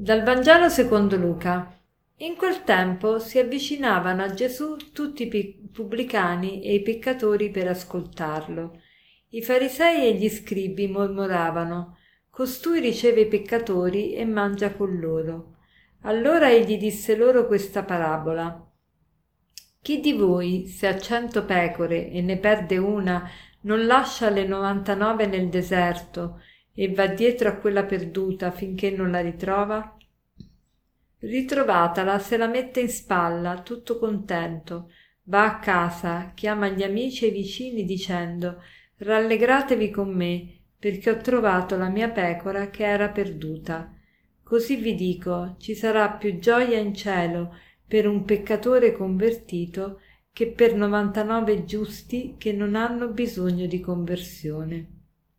Dal Vangelo secondo Luca. In quel tempo si avvicinavano a Gesù tutti i pubblicani e i peccatori per ascoltarlo. I farisei e gli scribi mormoravano: «Costui riceve i peccatori e mangia con loro». Allora egli disse loro questa parabola: «Chi di voi, se ha 100 pecore e ne perde una, non lascia le 99 nel deserto e va dietro a quella perduta finché non la ritrova? Ritrovatala, se la mette in spalla, tutto contento, va a casa, chiama gli amici e i vicini dicendo: rallegratevi con me, perché ho trovato la mia pecora che era perduta. Così vi dico, ci sarà più gioia in cielo per un peccatore convertito che per 99 giusti che non hanno bisogno di conversione».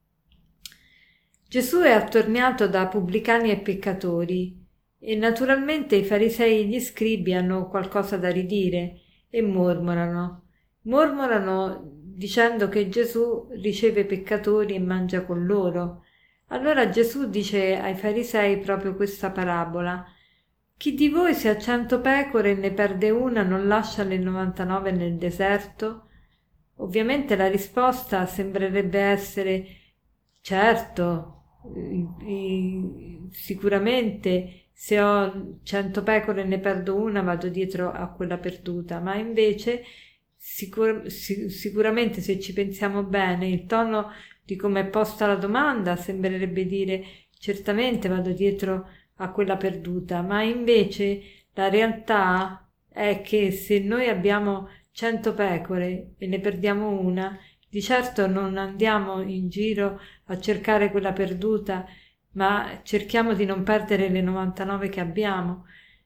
Gesù è attorniato da pubblicani e peccatori e naturalmente i farisei e gli scribi hanno qualcosa da ridire e mormorano dicendo che Gesù riceve peccatori e mangia con loro. Allora Gesù dice ai farisei proprio questa parabola: «Chi di voi se ha 100 pecore e ne perde una non lascia le 99 nel deserto?» Ovviamente la risposta sembrerebbe essere: certo, sicuramente se ho 100 pecore e ne perdo una vado dietro a quella perduta, ma invece sicuramente, se ci pensiamo bene, il tono di come è posta la domanda sembrerebbe dire: certamente vado dietro a quella perduta, ma invece la realtà è che se noi abbiamo 100 pecore e ne perdiamo una, di certo non andiamo in giro a cercare quella perduta, ma cerchiamo di non perdere le 99 che abbiamo.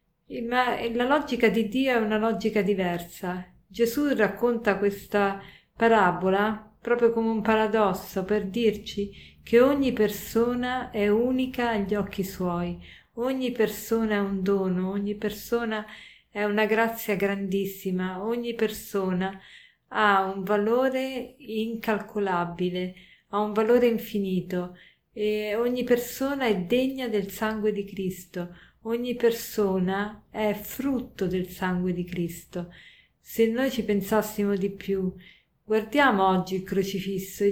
Ma la logica di Dio è una logica diversa. Gesù racconta questa parabola proprio come un paradosso per dirci che ogni persona è unica agli occhi suoi, ogni persona è un dono, ogni persona è una grazia grandissima, ogni persona ha un valore incalcolabile, ha un valore infinito e ogni persona è degna del sangue di Cristo, ogni persona è frutto del sangue di Cristo. Se noi ci pensassimo di più, guardiamo oggi il crocifisso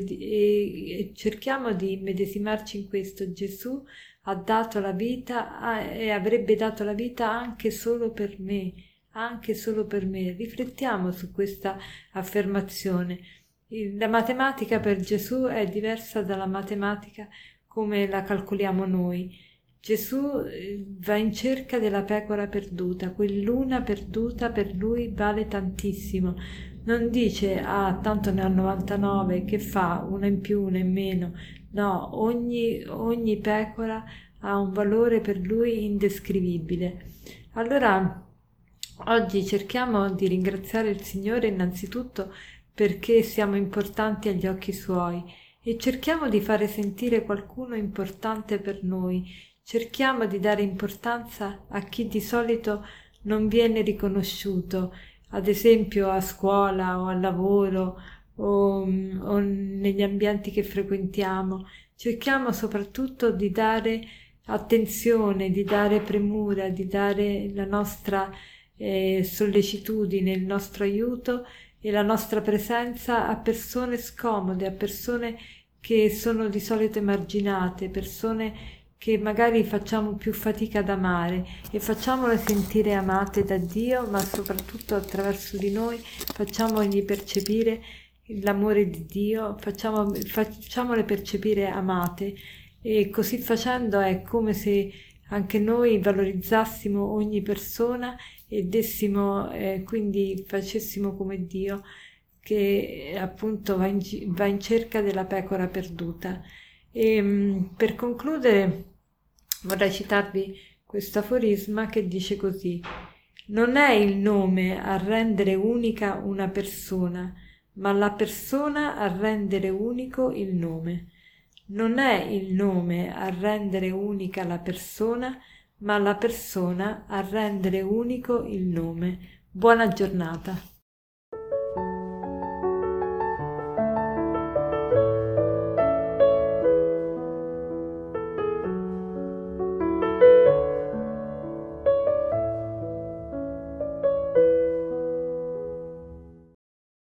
e cerchiamo di immedesimarci in questo. Gesù ha dato la vita e avrebbe dato la vita anche solo per me, anche solo per me. Riflettiamo su questa affermazione. La matematica per Gesù è diversa dalla matematica come la calcoliamo noi. Gesù va in cerca della pecora perduta, quell'una perduta per lui vale tantissimo. Non dice: ah, tanto ne ho 99, che fa, una in più, una in meno. No, ogni pecora ha un valore per lui indescrivibile. Allora oggi cerchiamo di ringraziare il Signore innanzitutto perché siamo importanti agli occhi Suoi e cerchiamo di fare sentire qualcuno importante per noi. Cerchiamo di dare importanza a chi di solito non viene riconosciuto, ad esempio a scuola o al lavoro o negli ambienti che frequentiamo. Cerchiamo soprattutto di dare attenzione, di dare premura, di dare la nostra sollecitudine, il nostro aiuto e la nostra presenza a persone scomode, a persone che sono di solito emarginate, persone che magari facciamo più fatica ad amare, e facciamole sentire amate da Dio, ma soprattutto attraverso di noi facciamogli percepire l'amore di Dio, facciamole percepire amate, e così facendo è come se anche noi valorizzassimo ogni persona e dessimo, quindi facessimo come Dio, che appunto va in cerca della pecora perduta. E per concludere vorrei citarvi questo aforisma che dice così: non è il nome a rendere unica una persona, ma la persona a rendere unico il nome. Non è il nome a rendere unica la persona, ma la persona a rendere unico il nome. Buona giornata.